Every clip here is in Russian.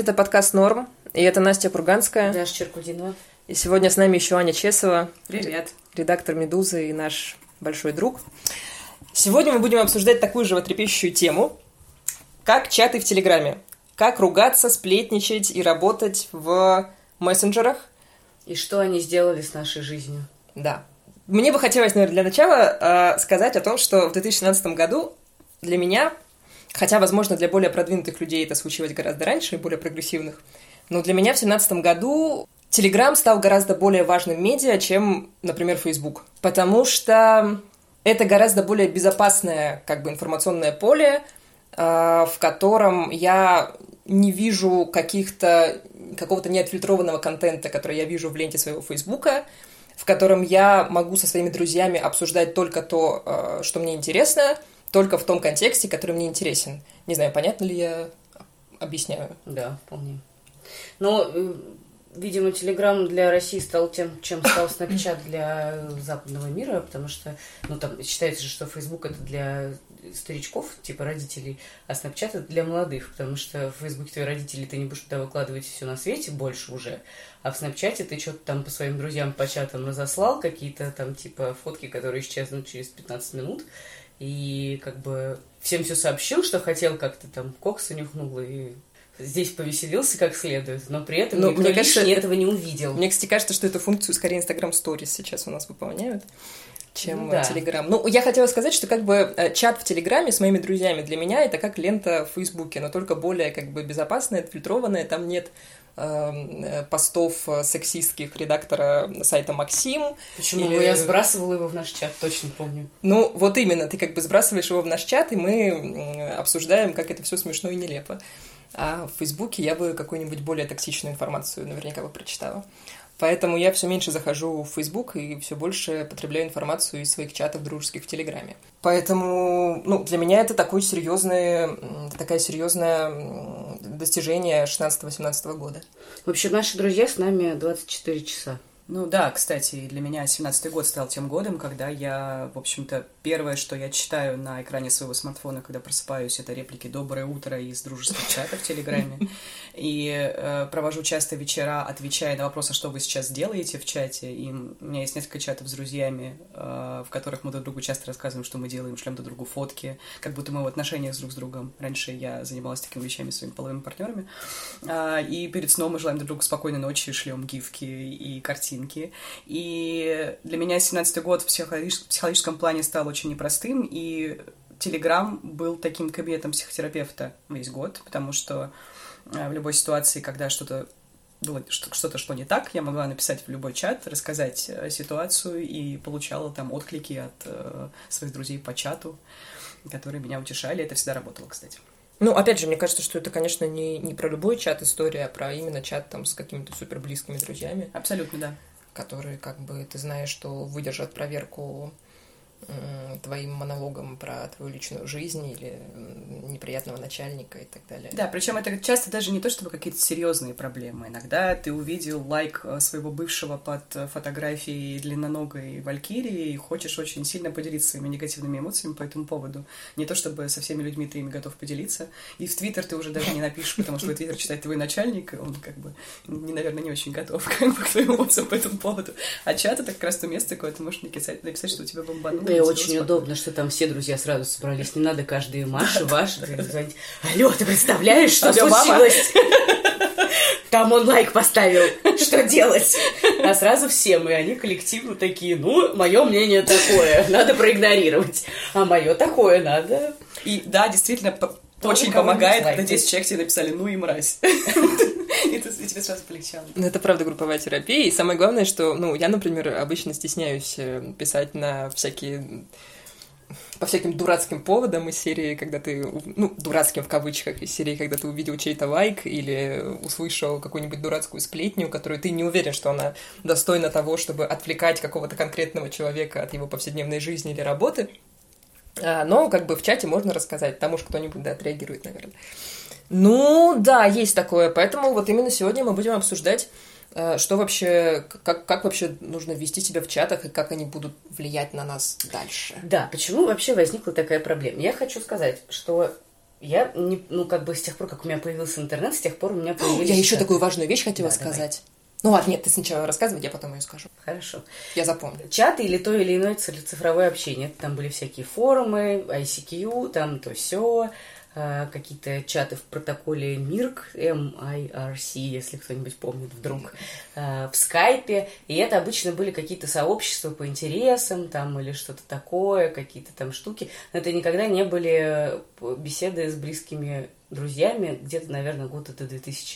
это подкаст «Норм», и это Настя Курганская. Даша Черкудинова. И сегодня с нами еще Аня Чесова. Привет. Редактор «Медузы» и наш большой друг. Сегодня мы будем обсуждать такую животрепещущую тему, как чаты в Телеграме. Как ругаться, сплетничать и работать в мессенджерах. И что они сделали с нашей жизнью. Да. Мне бы хотелось, наверное, для начала сказать о том, что в 2017 году для меня, хотя, возможно, для более продвинутых людей это случилось гораздо раньше, более прогрессивных, но для меня в 2017 году Telegram стал гораздо более важным медиа, чем, например, Facebook. Потому что это гораздо более безопасное информационное поле, в котором я не вижу какого-то неотфильтрованного контента, который я вижу в ленте своего Фейсбука, в котором я могу со своими друзьями обсуждать только то, что мне интересно, только в том контексте, который мне интересен. Не знаю, понятно ли я объясняю? Да, вполне. Но, видимо, Telegram для России стал тем, чем стал Snapchat для западного мира, потому что, там считается же, что Facebook это для старичков, типа родителей, а Snapchat это для молодых, потому что в Facebook твои родители, ты не будешь туда выкладывать все на свете больше уже, а в Snapchat ты что-то там по своим друзьям по чатам разослал, какие-то там типа фотки, которые исчезнут через 15 минут, и всем все сообщил, что хотел, как-то там кокса нюхнул и здесь повеселился как следует, но при этом никто лишний этого не увидел. Мне, кстати, кажется, что эту функцию скорее Instagram Stories сейчас у нас выполняют, чем Telegram. Я хотела сказать, что чат в Телеграме с моими друзьями для меня это как лента в Фейсбуке, но только более безопасная, отфильтрованная, там нет постов сексистских редактора сайта Максим. Почему? Я сбрасывала его в наш чат, точно помню. Вот именно, ты сбрасываешь его в наш чат, и мы обсуждаем, как это все смешно и нелепо. А в Фейсбуке я бы какую-нибудь более токсичную информацию наверняка бы прочитала. Поэтому я все меньше захожу в Фейсбук и все больше потребляю информацию из своих чатов дружеских в Телеграме. Поэтому, для меня это такое серьезное достижение 16-18 года. В общем, наши друзья с нами 24 часа. Кстати, для меня 17-й год стал тем годом, когда я, в общем-то, первое, что я читаю на экране своего смартфона, когда просыпаюсь, это реплики «Доброе утро» из дружеских чатов в Телеграме. И провожу часто вечера, отвечая на вопрос, а что вы сейчас делаете в чате. И у меня есть несколько чатов с друзьями, в которых мы друг другу часто рассказываем, что мы делаем, шлем друг другу фотки, как будто мы в отношениях друг с другом. Раньше я занималась такими вещами с своими половыми партнерами. И перед сном мы желаем друг другу спокойной ночи, шлем гифки и картинки. И для меня 17-й год в психологическом плане стал очень непростым, и Telegram был таким кабинетом психотерапевта весь год, потому что в любой ситуации, когда что-то шло не так, я могла написать в любой чат, рассказать ситуацию, и получала там отклики от своих друзей по чату, которые меня утешали. Это всегда работало, кстати. Опять же, мне кажется, что это, конечно, не про любой чат история, а про именно чат с какими-то суперблизкими друзьями. Абсолютно, да. Которые, ты знаешь, что выдержат проверку твоим монологом про твою личную жизнь или неприятного начальника и так далее. Да, причем это часто даже не то, чтобы какие-то серьезные проблемы. Иногда ты увидел лайк своего бывшего под фотографией длинноногой валькирии и хочешь очень сильно поделиться своими негативными эмоциями по этому поводу. Не то, чтобы со всеми людьми ты ими готов поделиться. И в Твиттер ты уже даже не напишешь, потому что Твиттер читает твой начальник, и он наверное, не очень готов к твоим эмоциям по этому поводу. А чат — это как раз то место, куда ты можешь написать, что у тебя бомбануло. Да, и очень удобно, что там все друзья сразу собрались. Не надо каждый Маша, Ваша звонить. Алло, ты представляешь, что случилось? Там он лайк поставил. Что делать? А сразу всем, и они коллективно такие, мое мнение такое, надо проигнорировать. А мое такое надо. И да, действительно, очень помогает, когда 10 человек тебе написали и мразь. И тебе сразу полегчало. Это правда групповая терапия. И самое главное, что, я, например, обычно стесняюсь писать по всяким дурацким поводам из серии, когда ты, дурацким в кавычках, из серии, когда ты увидел чей-то лайк или услышал какую-нибудь дурацкую сплетню, которую ты не уверен, что она достойна того, чтобы отвлекать какого-то конкретного человека от его повседневной жизни или работы. Но в чате можно рассказать, там уж кто-нибудь, отреагирует, наверное. Да, есть такое, поэтому именно сегодня мы будем обсуждать, что вообще, как вообще нужно вести себя в чатах и как они будут влиять на нас дальше. Да, почему вообще возникла такая проблема? Я хочу сказать, что Я, с тех пор, как у меня появился интернет, с тех пор у меня появились... Я еще такую важную вещь хотела сказать. Ну ладно, нет, ты сначала рассказывай, я потом ее скажу. Хорошо. Я запомню. Чаты или то или иное цифровое общение. Там были всякие форумы, ICQ, там то сё, какие-то чаты в протоколе MIRC, MIRC, если кто-нибудь помнит вдруг, в скайпе. И это обычно были какие-то сообщества по интересам там или что-то такое, какие-то там штуки. Но это никогда не были беседы с близкими друзьями, где-то, наверное, год это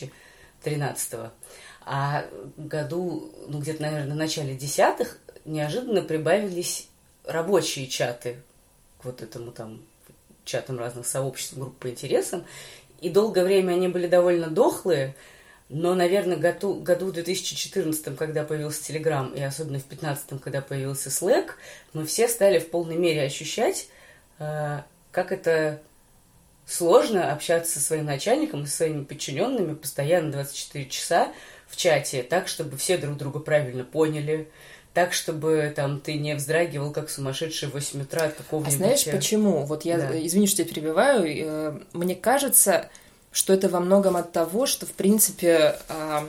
2013-го. А году, где-то, наверное, в начале 10-х неожиданно прибавились рабочие чаты к вот этому там чатам разных сообществ, групп по интересам. И долгое время они были довольно дохлые, но, наверное, году в 2014, когда появился Telegram, и особенно в 2015, когда появился Slack, мы все стали в полной мере ощущать, как это сложно общаться со своим начальником и со своими подчиненными постоянно 24 часа в чате, так, чтобы все друг друга правильно поняли, так, чтобы там ты не вздрагивал, как сумасшедший в 8 утра от какого-нибудь... А знаешь, почему? Вот я, извини, что я перебиваю, мне кажется, что это во многом от того, что, в принципе,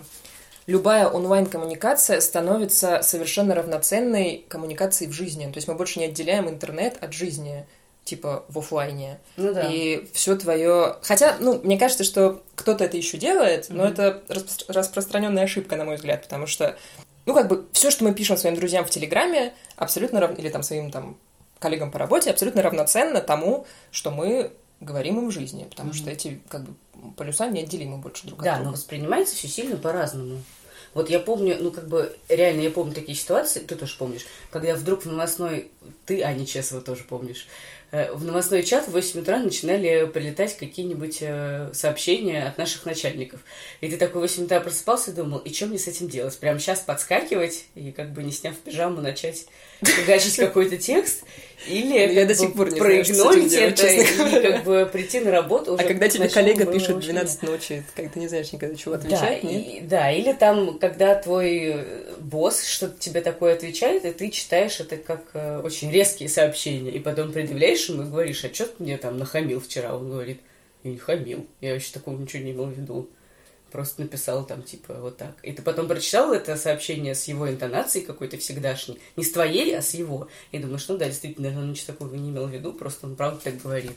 любая онлайн-коммуникация становится совершенно равноценной коммуникацией в жизни. То есть мы больше не отделяем интернет от жизни, типа в офлайне. Ну да. И все твое... Хотя, мне кажется, что кто-то это еще делает, но это распространенная ошибка, на мой взгляд, потому что, все, что мы пишем своим друзьям в Телеграме, абсолютно или там своим там коллегам по работе, абсолютно равноценно тому, что мы говорим им в жизни, потому что эти полюса неотделимы больше друг от друга. Да, но воспринимается все сильно по-разному. Вот я помню, реально я помню такие ситуации, ты тоже помнишь, когда вдруг в новостной... Ты, Аня Чесова, тоже помнишь. В новостной чат в 8 утра начинали прилетать какие-нибудь сообщения от наших начальников. И ты такой в 8 утра просыпался и думал, и что мне с этим делать? Прямо сейчас подскакивать и не сняв пижаму начать фигачить какой-то текст? Или я до сих пор не проигнорить это и прийти на работу уже... А когда тебе коллега пишет в 12 ночи, ты не знаешь никогда, чего отвечать, нет? Да, или там, когда твой босс что-то тебе такое отвечает, и ты читаешь это как очень резкие сообщения, и потом предъявляешь ему и говоришь, а что ты мне там нахамил вчера? Он говорит, я не хамил, я вообще такого ничего не имел в виду. Просто написал там, вот так. И ты потом прочитал это сообщение с его интонацией какой-то всегдашней. Не с твоей, а с его. И думаешь, действительно, он ничего такого не имел в виду, просто он правда так говорит.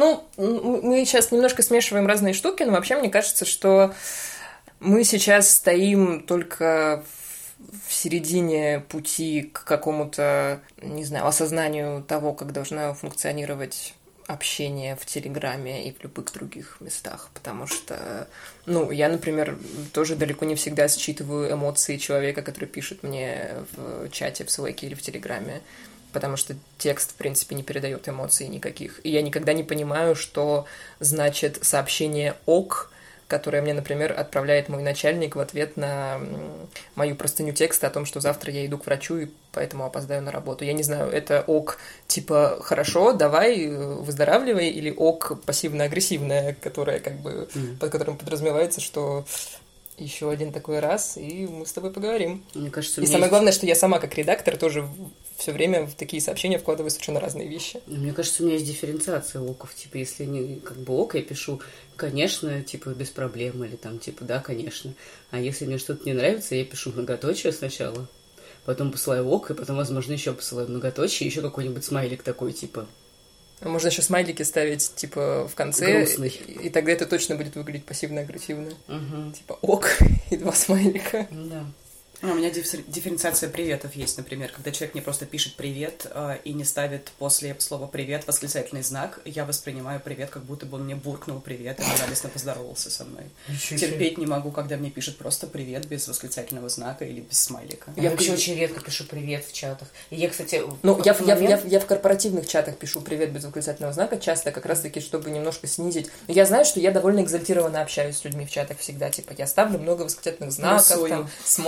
Мы сейчас немножко смешиваем разные штуки, но вообще мне кажется, что мы сейчас стоим только в середине пути к какому-то, не знаю, осознанию того, как должна функционировать общение в Телеграме и в любых других местах, потому что, я, например, тоже далеко не всегда считываю эмоции человека, который пишет мне в чате, в Slack или в Телеграме, потому что текст, в принципе, не передает эмоций никаких. И я никогда не понимаю, что значит сообщение «ок», которое мне, например, отправляет мой начальник в ответ на мою простыню текста о том, что завтра я иду к врачу и поэтому опоздаю на работу. Я не знаю, это ок, хорошо, давай, выздоравливай, или ок пассивно-агрессивное, которое под которым подразумевается, что еще один такой раз, и мы с тобой поговорим. Мне кажется, и самое главное, что я сама как редактор тоже все время в такие сообщения вкладываю совершенно разные вещи. Мне кажется, у меня есть дифференциация оков. Если не ок, я пишу, конечно, без проблем, или там, да, конечно. А если мне что-то не нравится, я пишу многоточие сначала, потом посылаю ок, и потом, возможно, еще посылаю многоточие, еще какой-нибудь смайлик такой, Можно еще смайлики ставить, в конце. Грустный. И тогда это точно будет выглядеть пассивно-агрессивно. Угу. Ок, и 2 смайлика. Да. У меня дифференциация приветов есть, например, когда человек мне просто пишет «привет» и не ставит после слова «привет» восклицательный знак, я воспринимаю «привет», как будто бы он мне буркнул «привет» и радостно поздоровался со мной. Терпеть не могу, когда мне пишут просто «привет» без восклицательного знака или без смайлика. Я вообще очень редко пишу «привет» в чатах. И я, кстати... Я в корпоративных чатах пишу «привет» без восклицательного знака часто, как раз-таки, чтобы немножко снизить. Я знаю, что я довольно экзальтированно общаюсь с людьми в чатах всегда. Я ставлю много восклицательных знаков, там, смайликов,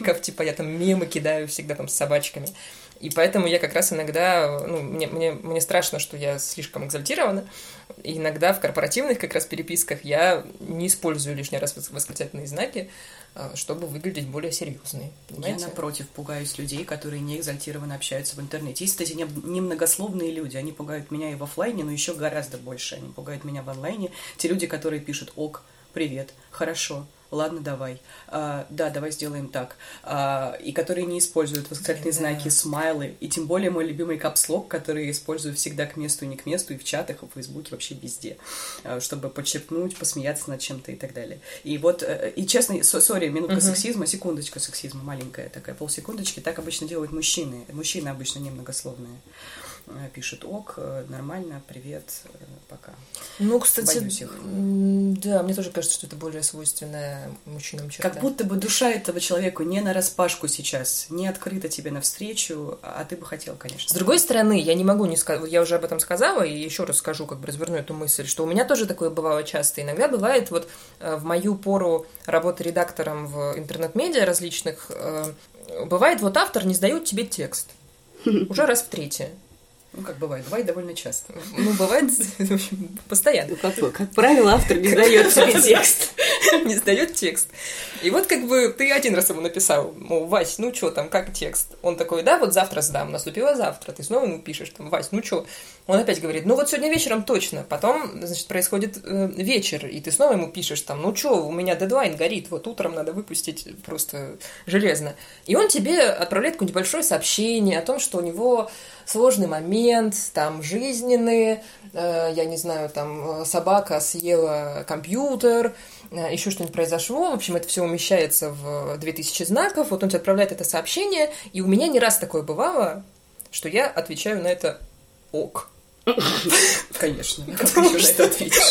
котиков, типа я там мемы кидаю всегда там с собачками. И поэтому я как раз иногда, ну, мне страшно, что я слишком экзальтирована, и иногда в корпоративных как раз переписках я не использую лишний раз восклицательные знаки, чтобы выглядеть более серьезной. Я, напротив, пугаюсь людей, которые не экзальтированно общаются в интернете. Есть, кстати, немногословные люди, они пугают меня и в офлайне, но еще гораздо больше они пугают меня в онлайне. Те люди, которые пишут «ок», «привет», «хорошо», ладно, давай, да, давай сделаем так, и которые не используют восклицательные знаки, смайлы, и тем более мой любимый капслок, который я использую всегда к месту и не к месту, и в чатах, и в Фейсбуке, вообще везде, чтобы подчеркнуть, посмеяться над чем-то и так далее. И вот, и честно, сори, минутка сексизма, секундочка сексизма, маленькая такая, полсекундочки, так обычно делают мужчины обычно немногословные. Пишут «ок», «нормально», «привет», «пока». Ну, кстати, боюсь их. Да, мне тоже кажется, что это более свойственная мужчинам черта. Как будто бы душа этого человека не нараспашку сейчас, не открыта тебе навстречу, а ты бы хотел, конечно. С другой стороны, я не могу не сказать, я уже об этом сказала, и еще раз скажу, как бы разверну эту мысль, что у меня тоже такое бывало часто. Иногда бывает, вот в мою пору работы редактором в интернет-медиа различных, бывает, вот автор не сдает тебе текст. Уже раз в третий. Ну, как бывает. Бывает довольно часто. Ну, бывает, в общем, постоянно. Как правило, автор не сдает тебе текст. Не сдает текст. И вот как бы ты один раз ему написал, мол, Вась, ну что там, как текст? Он такой, да, вот завтра сдам. Наступило завтра. Ты снова ему пишешь, там, Вась, ну что? Он опять говорит, ну вот сегодня вечером точно. Потом, значит, происходит вечер, и ты снова ему пишешь, там, ну что, у меня дедлайн горит, вот утром надо выпустить просто железно. И он тебе отправляет какое-нибудь большое сообщение о том, что у него сложный момент, там, жизненный, я не знаю, там, собака съела компьютер, еще что-нибудь произошло, в общем, это все умещается в 2000 знаков, вот он тебе отправляет это сообщение, и у меня не раз такое бывало, что я отвечаю на это «ок». Конечно. Потому что,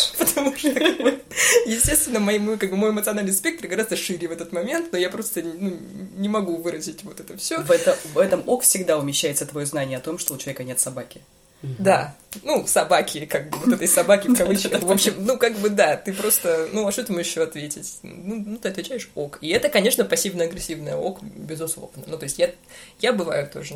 естественно, мой эмоциональный спектр гораздо шире в этот момент, но я просто не могу выразить вот это все. В этом ок всегда умещается твое знание о том, что у человека нет собаки. Да, ну, собаки, как бы, вот этой собаки в кавычках. В общем, ну, как бы, да, ты просто, ну, а что ты можешь еще ответить? Ну, ты отвечаешь ок. И это, конечно, пассивно-агрессивное ок, безусловно. Ну, то есть я бываю тоже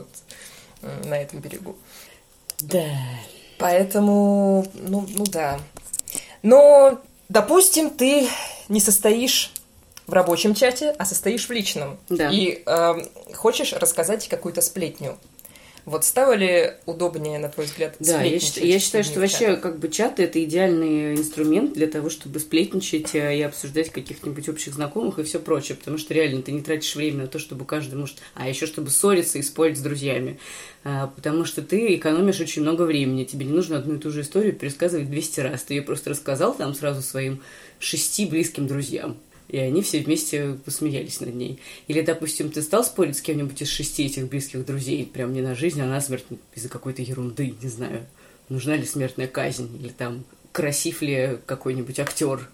на этом берегу. Да. Поэтому, ну да. Но, допустим, ты не состоишь в рабочем чате, а состоишь в личном. Да. И хочешь рассказать какую-то сплетню. Вот стало ли удобнее, на твой взгляд, да, сплетничать? Я считаю, что вообще как бы чаты — это идеальный инструмент для того, чтобы сплетничать и обсуждать каких-нибудь общих знакомых и все прочее, потому что реально ты не тратишь время на то, чтобы каждый может... А еще чтобы ссориться и спорить с друзьями. Потому что ты экономишь очень много времени. Тебе не нужно одну и ту же историю пересказывать 200 раз. Ты ее просто рассказал там сразу своим 6 близким друзьям. И они все вместе посмеялись над ней. Или, допустим, ты стал спорить с кем-нибудь из 6 этих близких друзей, прям не на жизнь, а на смерть, из-за какой-то ерунды, не знаю. Нужна ли смертная казнь, или там красив ли какой-нибудь актер,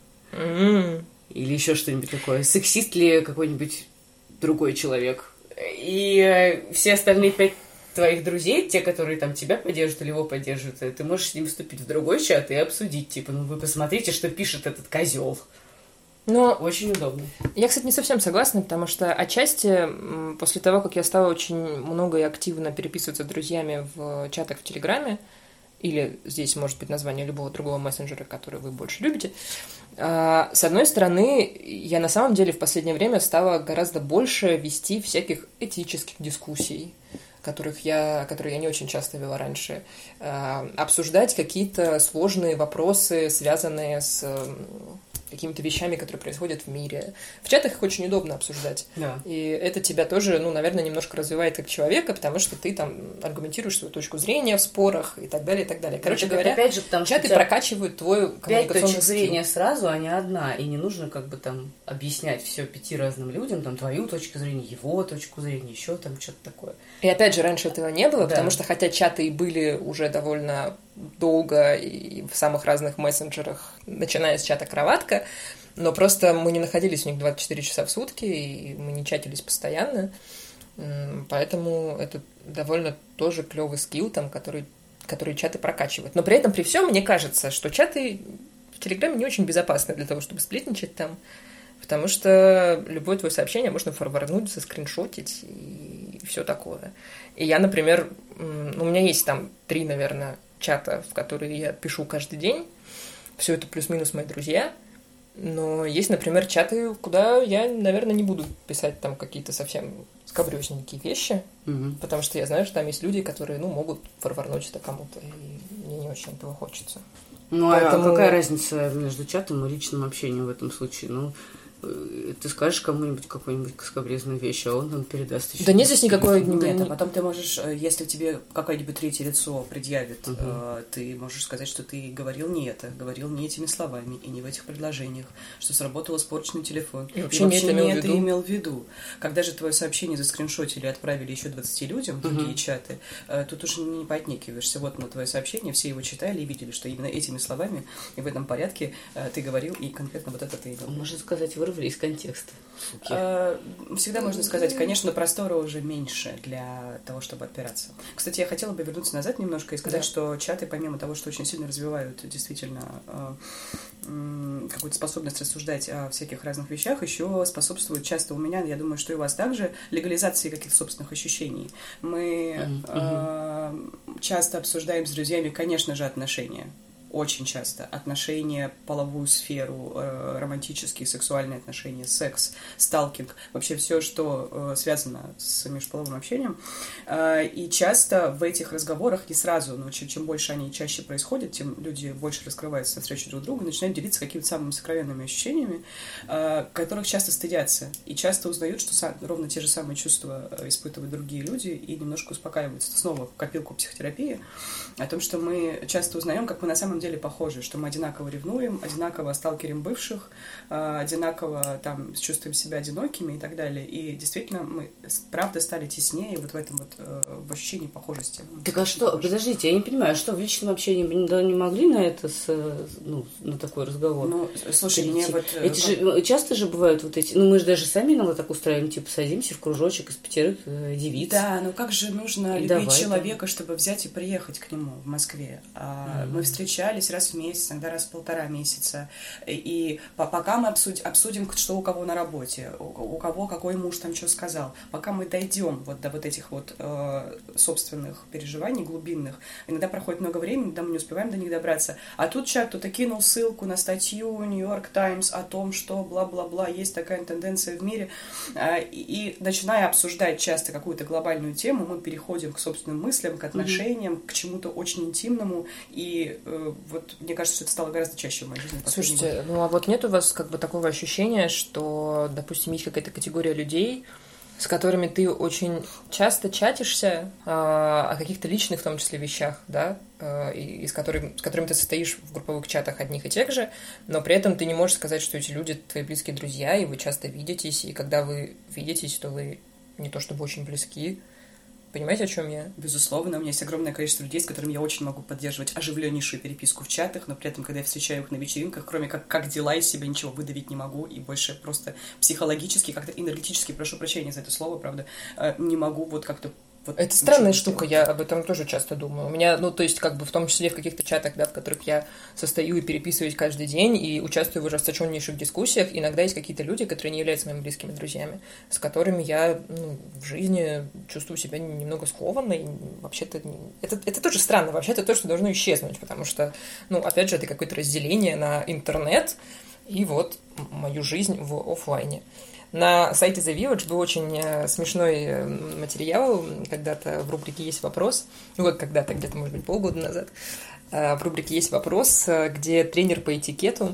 или еще что-нибудь такое. Сексист ли какой-нибудь другой человек. И все остальные 5 твоих друзей, те, которые там тебя поддерживают или его поддерживают, ты можешь с ним вступить в другой чат и обсудить, типа, ну вы посмотрите, что пишет этот козел. Но очень удобно. Я, кстати, не совсем согласна, потому что отчасти после того, как я стала очень много и активно переписываться с друзьями в чатах в Телеграме, или здесь может быть название любого другого мессенджера, который вы больше любите, с одной стороны, я на самом деле в последнее время стала гораздо больше вести всяких этических дискуссий, которые я не очень часто вела раньше, обсуждать какие-то сложные вопросы, связанные с какими-то вещами, которые происходят в мире. В чатах их очень удобно обсуждать. Да. И это тебя тоже, наверное, немножко развивает как человека, потому что ты там аргументируешь свою точку зрения в спорах и так далее, и так далее. Короче говоря, опять же, чаты прокачивают твой коммуникационный 5 точек скилл. зрения сразу, а не одна. И не нужно как бы там объяснять все 5 разным людям, там твою точку зрения, его точку зрения, еще там что-то такое. И опять же, раньше этого не было, Да. потому что хотя чаты и были уже довольно долго и в самых разных мессенджерах, начиная с чата «Кроватка», но просто мы не находились у них 24 часа в сутки, и мы не чатились постоянно, поэтому это довольно тоже клевый скилл, там, который чаты прокачивают. Но при этом, при всем, мне кажется, что чаты в Телеграме не очень безопасны для того, чтобы сплетничать там. Потому что любое твое сообщение можно форварднуть, заскриншотить и все такое. И я, например, у меня есть там 3, наверное, чата, в которые я пишу каждый день. Все это плюс-минус мои друзья. Но есть, например, чаты, куда я, наверное, не буду писать там какие-то совсем скабрёзненькие вещи, потому что я знаю, что там есть люди, которые, могут форварднуть это кому-то, и мне не очень этого хочется. Поэтому... а какая разница между чатом и личным общением в этом случае? Ты скажешь кому-нибудь какую-нибудь скабрезную вещь, а он передаст еще. Да нет здесь никакой... Нет, а потом ты можешь, если тебе какое-нибудь третье лицо предъявит, ты можешь сказать, что ты говорил не это, говорил не этими словами и не в этих предложениях, что сработал испорченный телефон. И вообще не это имел в виду. Когда же твое сообщение заскриншотили и отправили еще 20 людям в другие чаты, тут уже не поотнекиваешься. Вот на твое сообщение, все его читали и видели, что именно этими словами и в этом порядке ты говорил, и конкретно вот это ты имел. Можно сказать, вырвали из контекста. Всегда можно сказать, конечно, простора уже меньше для того, чтобы отпираться. Кстати, я хотела бы вернуться назад немножко и сказать, что чаты, помимо того, что очень сильно развивают действительно какую-то способность рассуждать о всяких разных вещах, еще способствуют часто у меня, я думаю, что и у вас также, легализации каких-то собственных ощущений. Мы часто обсуждаем с друзьями, конечно же, отношения. Очень часто отношения, половую сферу, романтические, сексуальные отношения, секс, сталкинг, вообще все, что связано с межполовым общением. И часто в этих разговорах не сразу, но чем больше они чаще происходят, тем люди больше раскрываются навстречу друг другу и начинают делиться какими-то самыми сокровенными ощущениями, которых часто стыдятся и часто узнают, что ровно те же самые чувства испытывают другие люди и немножко успокаиваются. Снова в копилку психотерапии о том, что мы часто узнаем, как мы на самом деле похожи, что мы одинаково ревнуем, одинаково сталкерим бывших, одинаково там чувствуем себя одинокими и так далее. И действительно мы, правда, стали теснее вот в этом вот в ощущении похожести. Так а что, подождите, я не понимаю, что в личном общении не могли на это, на такой разговор? Слушай, мне вот... Эти же, часто же бывают вот эти, мы же даже сами иногда так устраиваем, типа садимся в кружочек из 5 девиц. Да, как же нужно любить человека, чтобы взять и приехать к нему в Москве. Мы встречались раз в месяц, иногда раз в 1,5 месяца. И пока мы обсудим, что у кого на работе, у кого какой муж там что сказал, пока мы дойдем вот до вот этих вот собственных переживаний глубинных, иногда проходит много времени, когда мы не успеваем до них добраться. А тут чат кто-то кинул ссылку на статью Нью-Йорк Таймс о том, что бла-бла-бла, есть такая тенденция в мире. И начиная обсуждать часто какую-то глобальную тему, мы переходим к собственным мыслям, к отношениям, к чему-то очень интимному. И вот мне кажется, что это стало гораздо чаще в моей жизни. Слушайте, а вот нет у вас как бы такого ощущения, что, допустим, есть какая-то категория людей, с которыми ты очень часто чатишься о каких-то личных, в том числе, вещах, да, и с которыми ты состоишь в групповых чатах одних и тех же, но при этом ты не можешь сказать, что эти люди твои близкие друзья, и вы часто видитесь, и когда вы видитесь, то вы не то чтобы очень близки. Понимаете, о чем я? Безусловно, у меня есть огромное количество людей, с которыми я очень могу поддерживать оживленнейшую переписку в чатах, но при этом, когда я встречаю их на вечеринках, кроме как дела, из себя ничего выдавить не могу, и больше просто психологически, как-то энергетически, прошу прощения за это слово, правда, не могу вот как-то... Это странная штука, я об этом тоже часто думаю. У меня, то есть, как бы в том числе в каких-то чатах, да, в которых я состою и переписываюсь каждый день, и участвую в ожесточеннейших дискуссиях, иногда есть какие-то люди, которые не являются моими близкими друзьями, с которыми я в жизни чувствую себя немного скованно, и вообще-то... Это тоже странно, вообще-то то, что должно исчезнуть, потому что, опять же, это какое-то разделение на интернет и вот мою жизнь в офлайне. На сайте The Village был очень смешной материал, когда-то в рубрике «Есть вопрос», когда-то, где-то, может быть, полгода назад, в рубрике «Есть вопрос», где тренер по этикету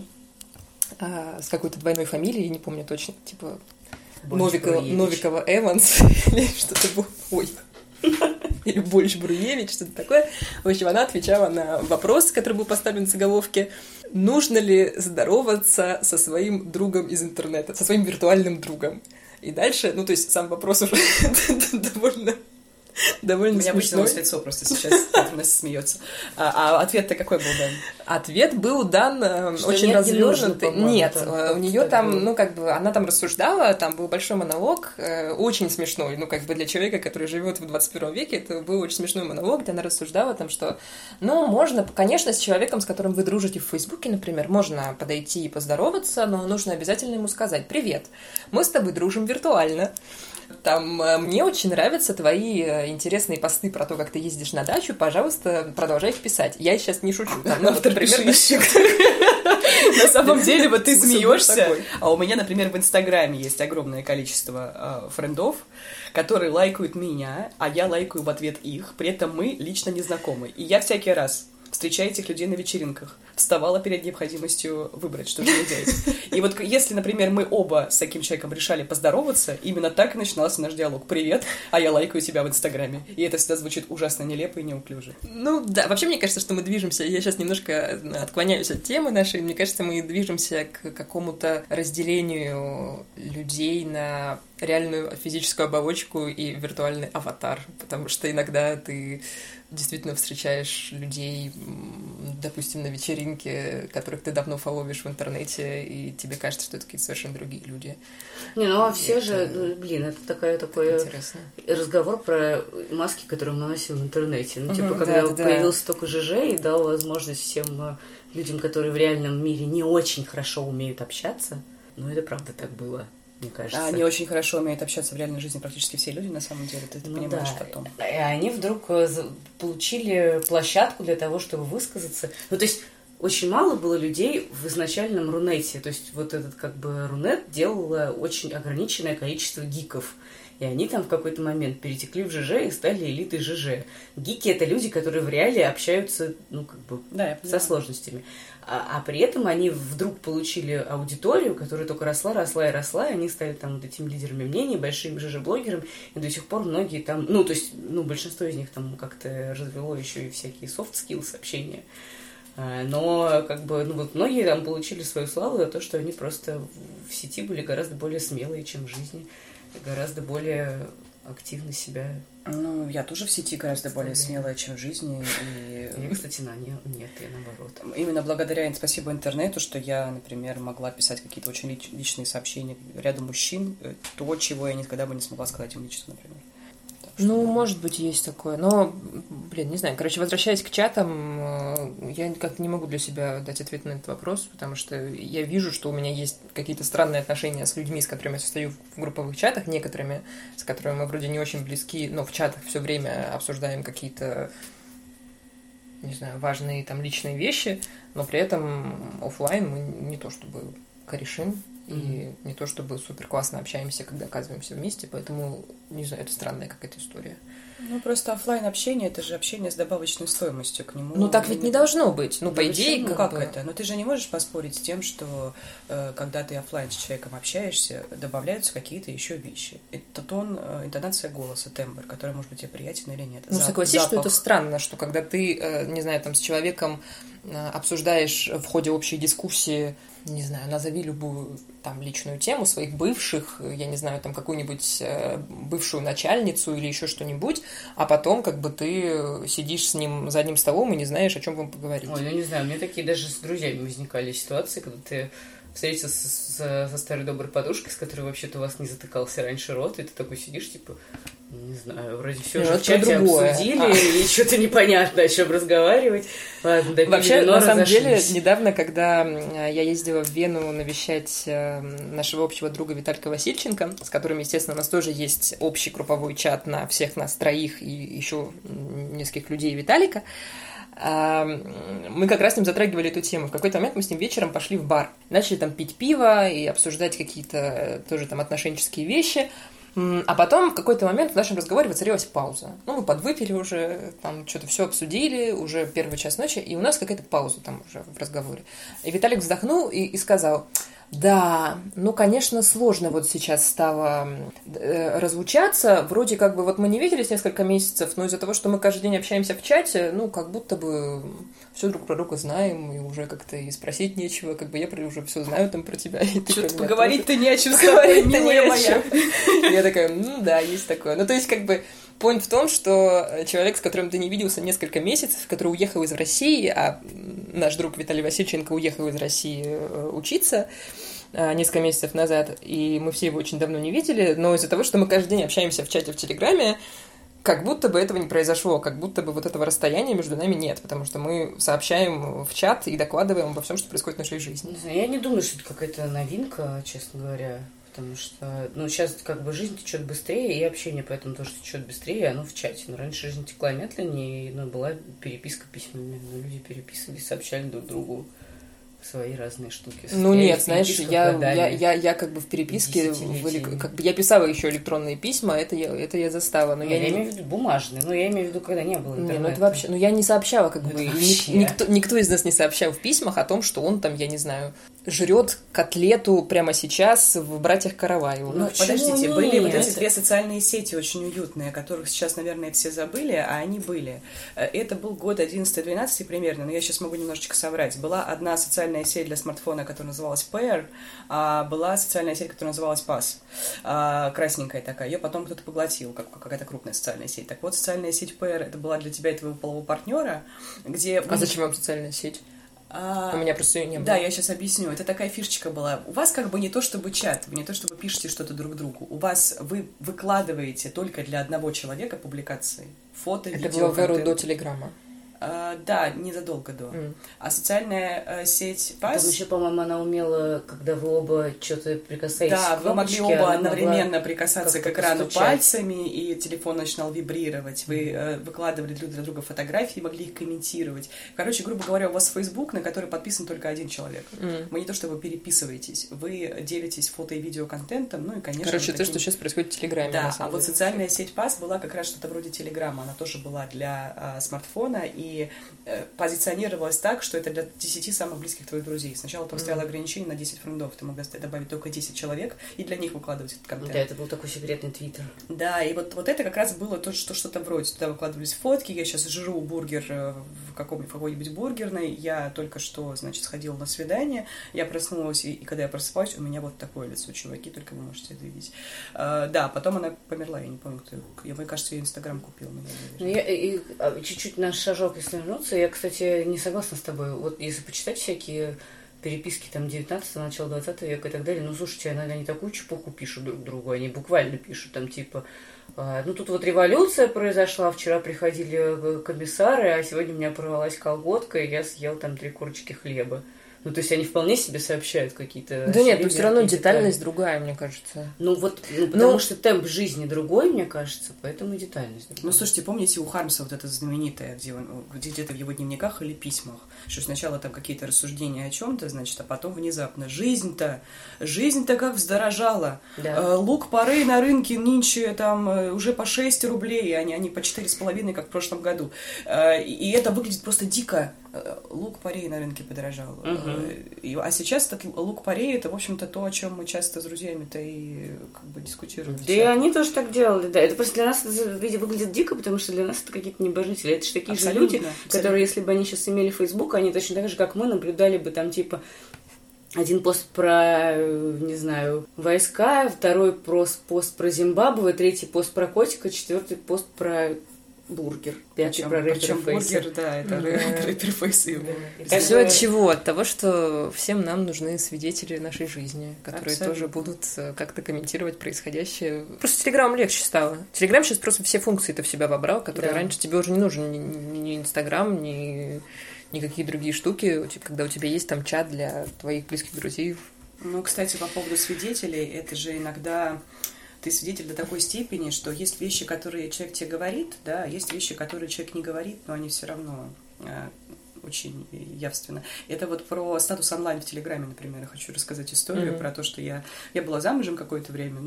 с какой-то двойной фамилией, не помню точно, типа Новикова Эванс или что-то было. Ой. Или Больш Бруевич, что-то такое. В общем, она отвечала на вопрос, который был поставлен в заголовке: нужно ли здороваться со своим другом из интернета, со своим виртуальным другом? И дальше, то есть сам вопрос уже довольно довольно У меня смешной. вытянулось лицо просто сейчас, Настя смеется. А ответ-то какой был дан? Ответ был дан очень нет, не нужно, развернутый. по-моему, Нет, там у нее так там, было. ну, как бы, она там рассуждала, там был большой монолог, очень смешной, ну, как бы для человека, который живет в 21 веке, это был очень смешной монолог, где она рассуждала там, что, ну, можно, конечно, с человеком, с которым вы дружите в Фейсбуке, например, можно подойти и поздороваться, но нужно обязательно ему сказать: «Привет, мы с тобой дружим виртуально». Там, мне очень нравятся твои интересные посты про то, как ты ездишь на дачу, пожалуйста, продолжай их писать. Я сейчас не шучу. Там, ну, вот, например, На самом деле, вот ты Смысл смеешься, такой. а у меня, например, в Инстаграме есть огромное количество френдов, которые лайкают меня, а я лайкаю в ответ их, при этом мы лично не знакомы. И я всякий раз, встречая этих людей на вечеринках, вставала перед необходимостью выбрать, что же мне делать. И вот если, например, мы оба с таким человеком решали поздороваться, именно так и начинался наш диалог. «Привет, а я лайкаю тебя в Инстаграме». И это всегда звучит ужасно нелепо и неуклюже. Ну, да, вообще, мне кажется, что мы движемся, я сейчас немножко отклоняюсь от темы нашей, мне кажется, мы движемся к какому-то разделению людей на реальную физическую оболочку и виртуальный аватар, потому что иногда ты действительно встречаешь людей, допустим, на вечеринке, которых ты давно фоловишь в интернете, и тебе кажется, что это какие-то совершенно другие люди. Не, ну а все же, ну, блин, это такой Интересно. разговор про маски, которые мы носим в интернете. Ну, типа, когда да. появился только ЖЖ и дал возможность всем людям, которые в реальном мире не очень хорошо умеют общаться, ну, это правда так было, мне кажется. Они очень хорошо умеют общаться в реальной жизни, практически все люди, на самом деле, ты это Ну понимаешь да. потом. И они вдруг получили площадку для того, чтобы высказаться. Ну, то есть, очень мало было людей в изначальном Рунете. То есть, вот этот, как бы, Рунет делало очень ограниченное количество гиков. И они там в какой-то момент перетекли в ЖЖ и стали элитой ЖЖ. Гики — это люди, которые в реале общаются, ну, как бы, Да, я со понимаю. сложностями. А при этом они вдруг получили аудиторию, которая только росла, и они стали там вот этими лидерами мнений, большими ЖЖ-блогерами, и до сих пор многие там, ну, то есть, ну, большинство из них там как-то развело еще и всякие soft skills общения. Но, как бы, ну, вот многие там получили свою славу за то, что они просто в сети были гораздо более смелые, чем в жизни, гораздо более активно себя. Ну, я тоже в сети гораздо более смелая, чем в жизни. И... Я, кстати, нет, я наоборот. Именно благодаря, спасибо интернету, что я, например, могла писать какие-то очень личные сообщения рядом мужчин, то, чего я никогда бы не смогла сказать им лично, например. Ну, может быть, есть такое. Но, блин, не знаю. Короче, возвращаясь к чатам, я как-то не могу для себя дать ответ на этот вопрос, потому что я вижу, что у меня есть какие-то странные отношения с людьми, с которыми я состою в групповых чатах, некоторыми, с которыми мы вроде не очень близки, но в чатах все время обсуждаем какие-то, не знаю, важные там личные вещи, но при этом офлайн мы не то чтобы корешим, и не то чтобы супер классно общаемся, когда оказываемся вместе, поэтому, не знаю, это странная какая-то история. Ну, просто оффлайн общение — это же общение с добавочной стоимостью к нему. Ну, так ведь не должно быть. Ну, по идее, Ну, как бы... это? Но ты же не можешь поспорить с тем, что когда ты оффлайн с человеком общаешься, добавляются какие-то еще вещи. Это тон, интонация голоса, тембр, который, может быть, тебе приятен или нет. Ну, согласись, что запах. это странно, что когда ты, не знаю, там, с человеком обсуждаешь в ходе общей дискуссии, не знаю, назови любую там личную тему своих бывших, я не знаю, там какую-нибудь бывшую начальницу или еще что-нибудь, а потом как бы ты сидишь с ним за одним столом и не знаешь, о чем вам поговорить. Ой, ну не знаю, у меня такие даже с друзьями возникали ситуации, когда ты встретился со старой доброй подружкой, с которой вообще-то у вас не затыкался раньше рот, и ты такой сидишь, типа, не знаю, вроде все уже в чате обсудили, и что-то непонятно, о чем разговаривать. Ладно, допили вообще, вино, на самом деле, разошлись. недавно, когда я ездила в Вену навещать нашего общего друга Виталька Васильченко, с которым, естественно, у нас тоже есть общий групповой чат на всех нас троих и еще нескольких людей Виталика, мы как раз с ним затрагивали эту тему. В какой-то момент мы с ним вечером пошли в бар. Начали там пить пиво и обсуждать какие-то тоже там отношенческие вещи. А потом в какой-то момент в нашем разговоре воцарилась пауза. Ну, мы подвыпили уже, там что-то все обсудили, уже первый час ночи, и у нас какая-то пауза там уже в разговоре. И Виталик вздохнул и сказал: да, ну, конечно, сложно вот сейчас стало разлучаться. Вроде как бы вот мы не виделись несколько месяцев, но из-за того, что мы каждый день общаемся в чате, ну, как будто бы все друг про друга знаем, и уже как-то и спросить нечего, как бы я уже все знаю там про тебя. Что-то поговорить-то не о чем, говорить-то не о чем. Я такая, ну да, есть такое. Ну, то есть, как бы, Point в том, что человек, с которым ты не виделся несколько месяцев, который уехал из России, а наш друг Виталий Васильченко уехал из России учиться несколько месяцев назад, и мы все его очень давно не видели, но из-за того, что мы каждый день общаемся в чате в Телеграме, как будто бы этого не произошло, как будто бы вот этого расстояния между нами нет, потому что мы сообщаем в чат и докладываем обо всем, что происходит в нашей жизни. Не знаю, я не думаю, что это какая-то новинка, честно говоря, потому что, сейчас как бы жизнь течет быстрее, и общение поэтому тоже течет быстрее, и оно в чате. Но раньше жизнь текла медленнее, и была переписка письмами, люди переписывались, сообщали друг другу свои разные штуки. Нет, знаешь, я как бы в переписке, как бы я писала еще электронные письма, это я застала, но я имею в виду бумажные, я имею в виду, когда не было интернета. Это вообще, я не сообщала, как бы, никто из нас не сообщал в письмах о том, что он там, я не знаю, жрет котлету прямо сейчас в «Братьях Караваевых». Подождите, были вот эти две социальные сети очень уютные, о которых сейчас, наверное, все забыли, а они были. Это был год 11-12 примерно, но я сейчас могу немножечко соврать. Была одна социальная сеть для смартфона, которая называлась Pair, а была социальная сеть, которая называлась Pass, красненькая такая. Ее потом кто-то поглотил, какая-то крупная социальная сеть. Так вот, социальная сеть Pair, это была для тебя и твоего полового партнера, где... А зачем вам социальная сеть? У меня просто ее не было. Да, я сейчас объясню. Это такая фишечка была. У вас как бы не то чтобы чат, вы не то чтобы пишете что-то друг другу. У вас вы выкладываете только для одного человека публикации. Фото, видео, это было в эру до Телеграма. Да, незадолго до. А социальная сеть Pass... Там еще, по-моему, она умела, когда вы оба что-то прикасаетесь к кнопочке. Да, вы могли оба одновременно прикасаться к экрану постучать пальцами, и телефон начинал вибрировать. Вы выкладывали друг для друга фотографии, могли их комментировать. Короче, грубо говоря, у вас Facebook, на который подписан только один человек. Вы не то чтобы переписываетесь, вы делитесь фото- и видеоконтентом, и, конечно... Короче, то, что сейчас происходит в Телеграме, да, на самом деле. Вот социальная сеть Pass была как раз что-то вроде Телеграма. Она тоже была для смартфона, и позиционировалось так, что это для 10 самых близких твоих друзей. Сначала там стояло ограничение на 10 френдов, ты мог добавить только 10 человек и для них выкладывать этот контент. Да, это был такой секретный твиттер. Да, и вот это как раз было то, что что-то вроде. Туда выкладывались фотки, я сейчас жру бургер в какой-нибудь бургерной, я только что, значит, сходила на свидание, я проснулась, и когда я просыпаюсь, у меня вот такое лицо, чуваки, только вы можете это видеть. Да, потом она померла, я не помню, кто ее. Мне кажется, ее Инстаграм купил. Чуть-чуть наш шажок, если вернуться, я, кстати, не согласна с тобой. Вот если почитать всякие переписки там 19-го, начала 20 века и так далее, слушайте, они такую чепуху пишут друг другу, они буквально пишут там типа, тут вот революция произошла, вчера приходили комиссары, а сегодня у меня порвалась колготка, и я съел там 3 корочки хлеба. То есть они вполне себе сообщают какие-то... Да нет, но все равно детальность другая, мне кажется. Потому что темп жизни другой, мне кажется, поэтому и детальность другая. Слушайте, помните у Хармса вот это знаменитое, где-то в его дневниках или письмах, что сначала там какие-то рассуждения о чем-то, значит, а потом внезапно жизнь-то как вздорожала. Да. Лук порей на рынке нынче там уже по 6 рублей, они по 4,5, как в прошлом году. И это выглядит просто дико. Лук порей на рынке подорожал. А сейчас этот лук порей, это, в общем-то, то, о чем мы часто с друзьями-то и как бы дискутируем. Да и они тоже так делали, да. Это просто для нас это выглядит дико, потому что для нас это какие-то небожители. Это же такие абсолютно, же люди, которые, если бы они сейчас имели Facebook, они точно так же, как мы, наблюдали бы там, типа, один пост про, не знаю, войска, второй пост про Зимбабве, третий пост про котика, четвертый пост про... бургер. Причем бургер, да, это рэпер Фейс. Все от чего? От того, что всем нам нужны свидетели нашей жизни, которые тоже будут как-то комментировать происходящее. Просто Телеграм легче стало. Телеграм сейчас просто все функции-то в себя вобрал, которые раньше тебе уже не нужен ни Инстаграм, ни никакие другие штуки, когда у тебя есть там чат для твоих близких друзей. Кстати, по поводу свидетелей, это же иногда... Ты свидетель до такой степени, что есть вещи, которые человек тебе говорит, да, есть вещи, которые человек не говорит, но они все равно очень явственно. Это вот про статус онлайн в Телеграме, например. Я хочу рассказать историю про то, что я была замужем какое-то время,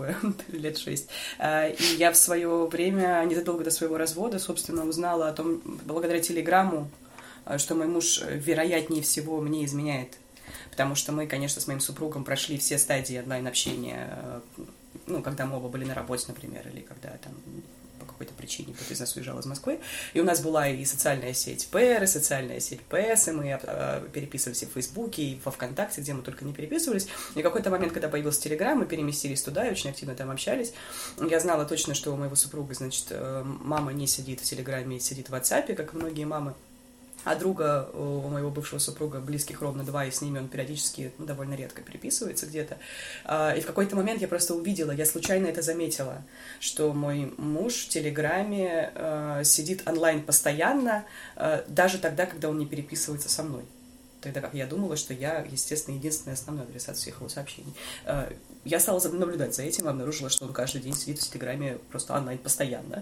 лет 6. И я в свое время, незадолго до своего развода, собственно, узнала о том, благодаря Телеграмму, что мой муж, вероятнее всего, мне изменяет. Потому что мы, конечно, с моим супругом прошли все стадии онлайн-общения, когда мы оба были на работе, например, или когда там какой-то причине кто-то из нас уезжал из Москвы, и у нас была и социальная сеть ПР, и социальная сеть ПС, и мы переписывались и в Фейсбуке, и во ВКонтакте, где мы только не переписывались. И в какой-то момент, когда появился Телеграм, мы переместились туда и очень активно там общались. Я знала точно, что у моего супруга, значит, мама не сидит в Телеграме, сидит в WhatsApp, как и многие мамы. А друга у моего бывшего супруга, близких ровно 2, и с ними он периодически, довольно редко переписывается где-то. И в какой-то момент я просто увидела, я случайно это заметила, что мой муж в Телеграме сидит онлайн постоянно, даже тогда, когда он не переписывается со мной. Тогда как я думала, что я, естественно, единственный основной адресат всех его сообщений. Я стала наблюдать за этим и обнаружила, что он каждый день сидит в Телеграме просто онлайн постоянно.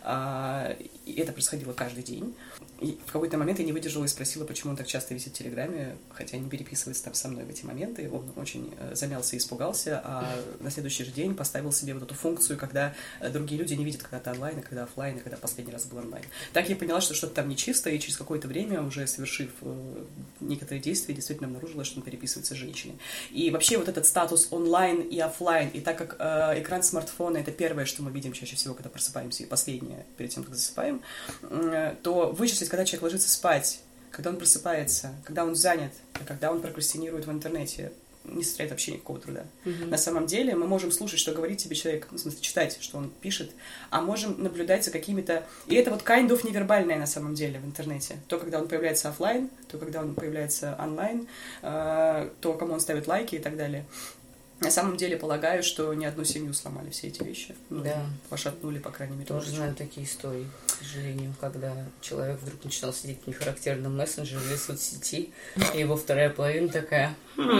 И это происходило каждый день. И в какой-то момент я не выдержала и спросила, почему он так часто висит в Телеграме, хотя не переписывается там со мной в эти моменты. Он очень замялся и испугался, а на следующий же день поставил себе вот эту функцию, когда другие люди не видят, когда ты онлайн, а когда офлайн, и когда последний раз был онлайн. Так я поняла, что что-то там нечисто, и через какое-то время, уже совершив некоторые действия, действительно обнаружила, что он переписывается с женщиной. И вообще вот этот статус онлайн и офлайн, и так как экран смартфона — это первое, что мы видим чаще всего, когда просыпаемся, и последнее перед тем, как засыпаем, то вычислить, когда человек ложится спать, когда он просыпается, когда он занят, когда он прокрастинирует в интернете, не составляет вообще никакого труда. На самом деле мы можем слушать, что говорит тебе человек, в смысле читать, что он пишет, а можем наблюдать за какими-то... И это вот kind of невербальное на самом деле в интернете. То, когда он появляется офлайн, то, когда он появляется онлайн, то, кому он ставит лайки и так далее. На самом деле полагаю, что ни одну семью сломали все эти вещи. Да. Пошатнули, по крайней мере. Тоже знаю такие истории, к сожалению, когда человек вдруг начинал сидеть в нехарактерном мессенджере или соцсети, и его вторая половина такая: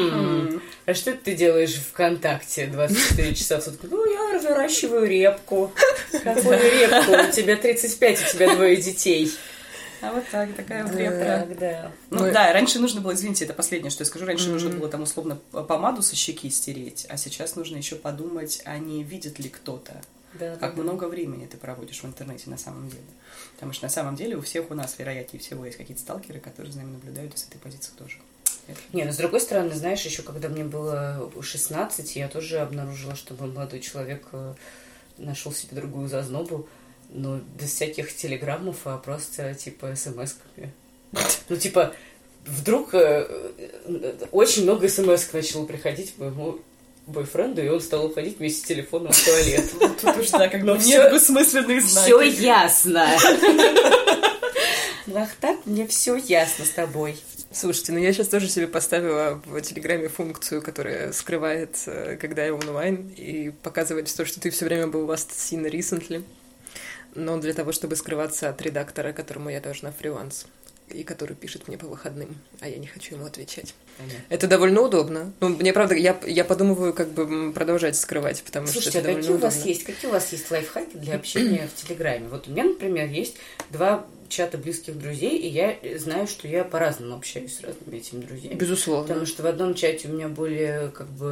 а что ты делаешь ВКонтакте 24 часа в сутки? Ну, я выращиваю репку. Какую репку? У тебя 35, у тебя 2 детей. А вот так, такая вот репка. Да. Ну да, раньше нужно было, извините, это последнее, что я скажу, раньше нужно было там условно помаду со щеки стереть, а сейчас нужно еще подумать, а не видит ли кто-то. Да, как много времени ты проводишь в интернете на самом деле. Потому что на самом деле у всех у нас, вероятнее всего, есть какие-то сталкеры, которые за нами наблюдают, и с этой позиции тоже. Не, но с другой стороны, знаешь, еще когда мне было 16, я тоже обнаружила, что мой молодой человек нашел себе другую зазнобу, но без всяких телеграммов, а просто, типа, смс-ками. Ну, типа, вдруг очень много смс начало приходить моему бойфренду, и он стал уходить вместе с телефоном в туалет. Тут уж, да, как бы нет двусмысленные знаки. Все ясно. Лахтак, мне все ясно с тобой. Слушайте, ну я сейчас тоже себе поставила в Телеграме функцию, которая скрывает, когда я онлайн, и показывает то, что ты все время был last seen recently. Но для того, чтобы скрываться от редактора, которому я должна фриланс, и который пишет мне по выходным, а я не хочу ему отвечать. Понятно. Это довольно удобно. Ну, мне, правда, я подумываю, как бы продолжать скрывать, потому Слушайте, что это довольно удобно. Какие у вас есть лайфхаки для общения в Телеграме? Вот у меня, например, есть 2 чата близких друзей, и я знаю, что я по-разному общаюсь с разными этими друзьями. Безусловно. Потому что в одном чате у меня более,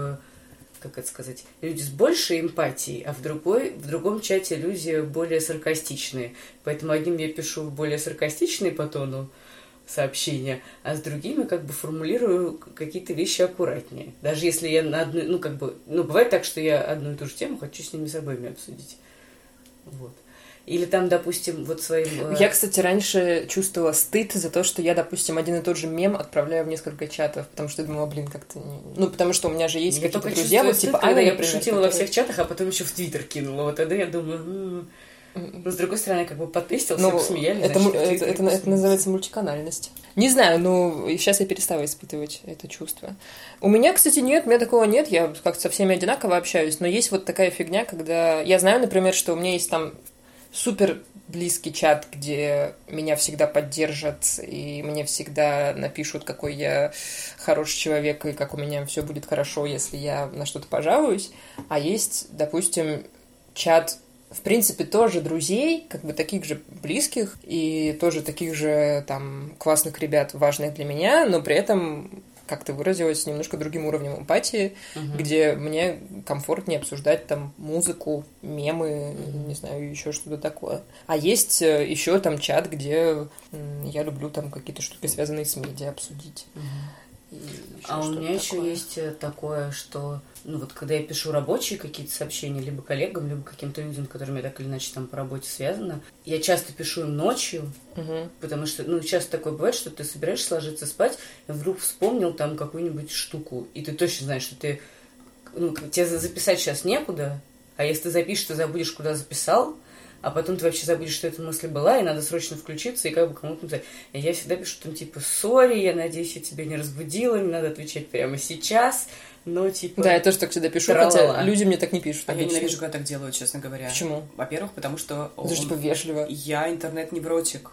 как это сказать, люди с большей эмпатией, а в другом чате люди более саркастичные. Поэтому одним я пишу более саркастичные по тону сообщения, а с другими формулирую какие-то вещи аккуратнее. Даже если я на одну, бывает так, что я одну и ту же тему хочу с ними с обоими обсудить. Вот. Или там, допустим, вот своим... Я, кстати, раньше чувствовала стыд за то, что я, допустим, один и тот же мем отправляю в несколько чатов, потому что я думала, как-то... Ну, потому что у меня же есть какие-то друзья, вот типа Аня, я пошутила во всех чатах, а потом еще в Твиттер кинула. Вот тогда я думаю... Но, с другой стороны, потестил, все посмеялись. Это называется мультиканальность. Не знаю, но сейчас я перестала испытывать это чувство. У меня, кстати, нет, у меня такого нет, я как-то со всеми одинаково общаюсь, но есть вот такая фигня, когда... Я знаю, например, что у меня есть там супер близкий чат, где меня всегда поддержат, и мне всегда напишут, какой я хороший человек, и как у меня все будет хорошо, если я на что-то пожалуюсь. А есть, допустим, чат, в принципе, тоже друзей, таких же близких, и тоже таких же там классных ребят, важных для меня, но при этом... как ты выразилась, немножко другим уровнем эмпатии, где мне комфортнее обсуждать там музыку, мемы, не знаю, еще что-то такое. А есть еще там чат, где я люблю там какие-то штуки, связанные с медиа, обсудить. А у меня еще есть такое, что, ну вот когда я пишу рабочие какие-то сообщения, либо коллегам, либо каким-то людям, которыми я так или иначе там по работе связана, я часто пишу им ночью, потому что, ну, часто такое бывает, что ты собираешься ложиться спать, и вдруг вспомнил там какую-нибудь штуку, и ты точно знаешь, что ты, ну, тебе записать сейчас некуда, а если ты запишешь, ты забудешь, куда записал, а потом ты вообще забудешь, что эта мысль была, и надо срочно включиться и как бы кому-то написать. И я всегда пишу там типа «Сори, я надеюсь, я тебя не разбудила, не надо отвечать прямо сейчас», но типа... Да, я тоже так всегда пишу, хотя люди мне так не пишут. А я ненавижу, когда так делают, честно говоря. Почему? Во-первых, потому что... Это же типа вежливо. Я интернет-невротик.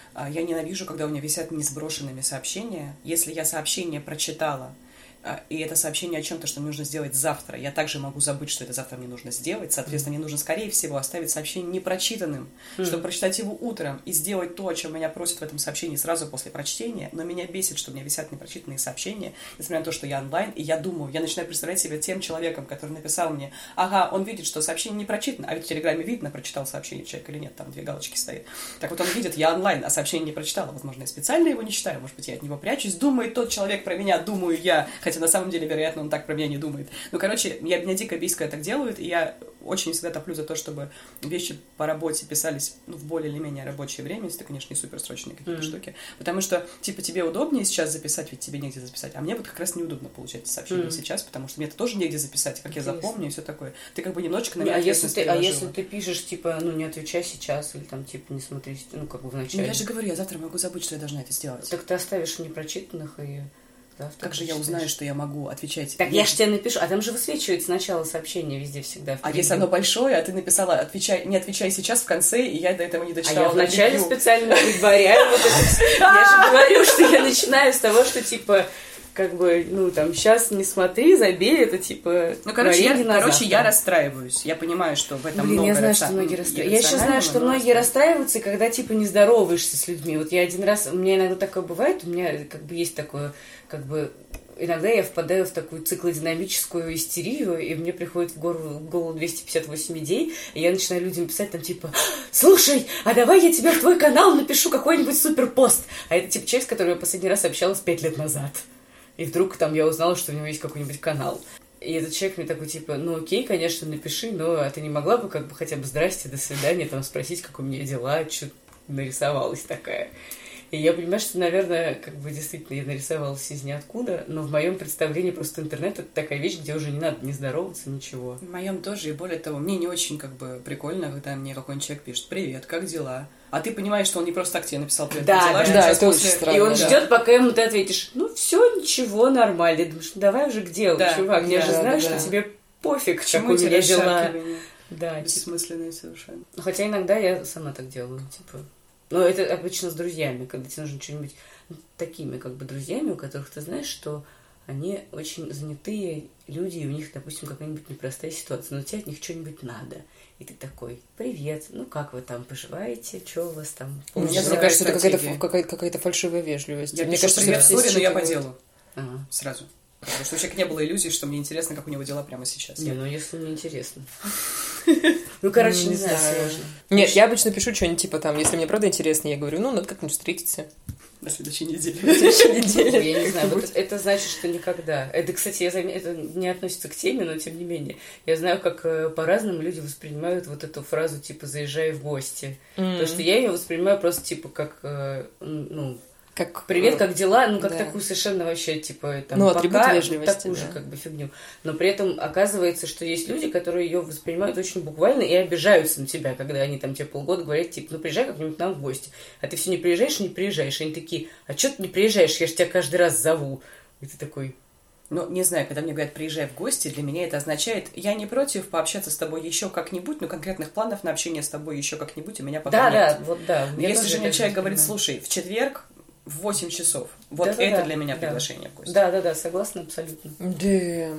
Я ненавижу, когда у меня висят несброшенными сообщения. Если я сообщение прочитала, и это сообщение о чем-то, что мне нужно сделать завтра, я также могу забыть, что это завтра мне нужно сделать. Соответственно, мне нужно, скорее всего, оставить сообщение непрочитанным, чтобы прочитать его утром и сделать то, о чем меня просят в этом сообщении сразу после прочтения. Но меня бесит, что у меня висят непрочитанные сообщения, несмотря на то, что я онлайн, и я думаю, я начинаю представлять себя тем человеком, который написал мне, ага, он видит, что сообщение не прочитано, а ведь в Телеграме видно, прочитал сообщение человек или нет, там 2 галочки стоит. Так вот он видит, я онлайн, а сообщение не прочитала. Возможно, я специально его не читаю, может быть, я от него прячусь. Думает тот человек про меня, думаю я, хотя на самом деле, вероятно, он так про меня не думает. Ну, короче, меня дико бесит, когда так делают, и я очень всегда топлю за то, чтобы вещи по работе писались, ну, в более или менее рабочее время, если это, конечно, не суперсрочные какие-то штуки. Потому что, типа, тебе удобнее сейчас записать, ведь тебе негде записать, а мне вот как раз неудобно получать сообщения сейчас, потому что мне-то тоже негде записать, как я запомню и все такое. Ты как бы немножечко на меня ответственность переложила. А если ты пишешь, типа, ну, не отвечай сейчас, или там, типа, не смотри, ну, как бы вначале. Ну, я же говорю, я завтра могу забыть, что я должна это сделать. Так ты оставишь непрочитанных и... Как же я узнаю, что я могу отвечать? Так я же тебе напишу, а там же высвечивается начало сообщения везде всегда. А если оно большое, а ты написала, не отвечай сейчас в конце, и я до этого не дочитала. А я вначале специально предваряю вот это. Я же говорю, что я начинаю с того, что типа... Как бы, ну, там, сейчас не смотри, забей, это, типа... Ну, короче, я расстраиваюсь. Я понимаю, что в этом много... Я знаю, что многие расстраиваются. Я еще знаю, что многие расстраиваются, когда, типа, не здороваешься с людьми. Вот я один раз... У меня иногда такое бывает, у меня, как бы, есть такое, как бы... Иногда я впадаю в такую циклодинамическую истерию, и мне приходит в голову 258 идей, и я начинаю людям писать там типа «Слушай, а давай я тебе в твой канал напишу какой-нибудь суперпост». А это типа человек, с которым я последний раз общалась 5 лет назад. И вдруг там я узнала, что у него есть какой-нибудь канал. И этот человек мне такой, типа, ну окей, конечно, напиши, но а ты не могла бы как бы хотя бы «Здрасте, до свидания», там спросить, как у меня дела, что нарисовалась такая. И я понимаю, что, наверное, как бы действительно я нарисовалась из ниоткуда, но в моем представлении просто интернет — это такая вещь, где уже не надо не здороваться, ничего. В моем тоже, и более того, мне не очень как бы прикольно, когда мне какой-нибудь человек пишет «Привет, как дела?» А ты понимаешь, что он не просто так тебе написал «Привет, как дела?» Да, это очень странно. И он ждет, пока ему ты ответишь «Ну, все, ничего, нормально». И думаешь, давай уже к делу, чувак, я же знаю, что тебе пофиг, как у меня дела. Да, бессмысленные совершенно. Хотя иногда я сама так делаю, типа... Но это обычно с друзьями, когда тебе нужно что-нибудь такими, как бы, друзьями, у которых ты знаешь, что они очень занятые люди, и у них, допустим, какая-нибудь непростая ситуация, но тебе от них что-нибудь надо. И ты такой: «Привет, ну как вы там поживаете, что у вас там?» Мне кажется, это какая-то фальшивая вежливость. Мне кажется, привет, сори, но я по делу. Сразу. Потому что у человека не было иллюзий, что мне интересно, как у него дела прямо сейчас. Не, ну если мне интересно. Ну, короче, не знаю, сложно. Нет, я обычно пишу что-нибудь типа там, если мне правда интересно, я говорю, ну, надо как-нибудь встретиться. На следующей неделе. Я не знаю, вот это значит, что никогда. Это, кстати, это не относится к теме, но тем не менее. Я знаю, как по-разному люди воспринимают вот эту фразу типа «заезжай в гости». Потому что я ее воспринимаю просто типа как, ну... Как «Привет, как дела?» Ну, как такую совершенно вообще, типа, там, ну, атрибут вежливости, такую же, как бы, фигню. Но при этом оказывается, что есть люди, которые ее воспринимают очень буквально и обижаются на тебя, когда они там тебе полгода говорят, типа, ну, приезжай как-нибудь к нам в гости. А ты все не приезжаешь и не приезжаешь. И они такие: а что ты не приезжаешь? Я же тебя каждый раз зову. И ты такой... Ну, не знаю, когда мне говорят «приезжай в гости», для меня это означает, я не против пообщаться с тобой еще как-нибудь, но конкретных планов на общение с тобой еще как-нибудь у меня пока нет. Да, вот да. Если же мне человек говорит: слушай, в четверг в 8 часов. Вот это для меня приглашение в гости. Да, согласна абсолютно. Да.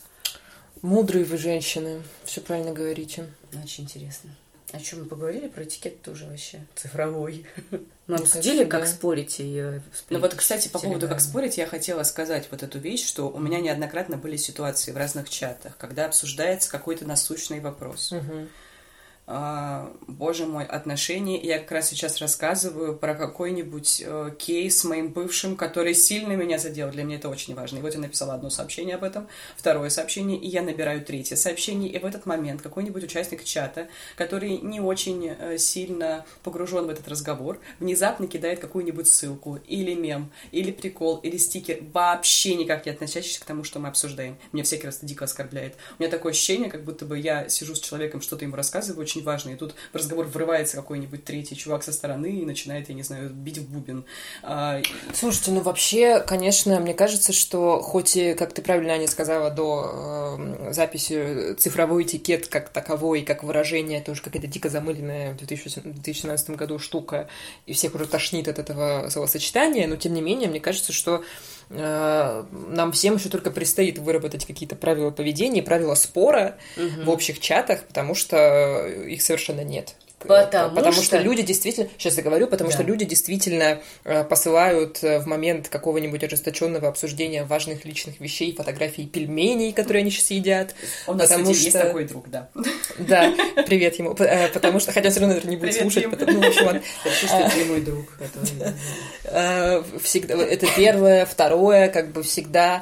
Мудрые вы женщины. Все правильно говорите. Очень интересно. О чем мы поговорили? Про этикет тоже вообще цифровой. Мы обсудили, как спорить и... Ну вот, кстати, по поводу как спорить, я хотела сказать вот эту вещь, что у меня неоднократно были ситуации в разных чатах, когда обсуждается какой-то насущный вопрос. боже мой, отношения. Я как раз сейчас рассказываю про какой-нибудь кейс с моим бывшим, который сильно меня задел. Для меня это очень важно. И вот я написала одно сообщение об этом, второе сообщение, и я набираю третье сообщение. И в этот момент какой-нибудь участник чата, который не очень сильно погружен в этот разговор, внезапно кидает какую-нибудь ссылку, или мем, или прикол, или стикер, вообще никак не относящийся к тому, что мы обсуждаем. Меня всякий раз это дико оскорбляет. У меня такое ощущение, как будто бы я сижу с человеком, что-то ему рассказываю, очень важно, и тут в разговор врывается какой-нибудь третий чувак со стороны и начинает, я не знаю, бить в бубен. Слушайте, ну вообще, конечно, мне кажется, что хоть и, как ты правильно, Аня, сказала до записи, цифровой этикет как таковой, как выражение, это уже какая-то дико замыленная в 2017 году штука, и всех уже тошнит от этого словосочетания, но тем не менее, мне кажется, что нам всем еще только предстоит выработать какие-то правила поведения, правила спора в общих чатах, потому что их совершенно нет. Потому что люди действительно, сейчас я говорю, потому что люди действительно посылают в момент какого-нибудь ожесточенного обсуждения важных личных вещей фотографии пельменей, которые они сейчас едят. У нас есть такой друг, да. Да, привет ему, потому что, хотя все равно, наверное, не будет слушать, ну, в общем, ладно. Что ты мой друг. Всегда, это первое, второе, как бы всегда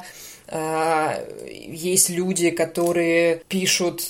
есть люди, которые пишут,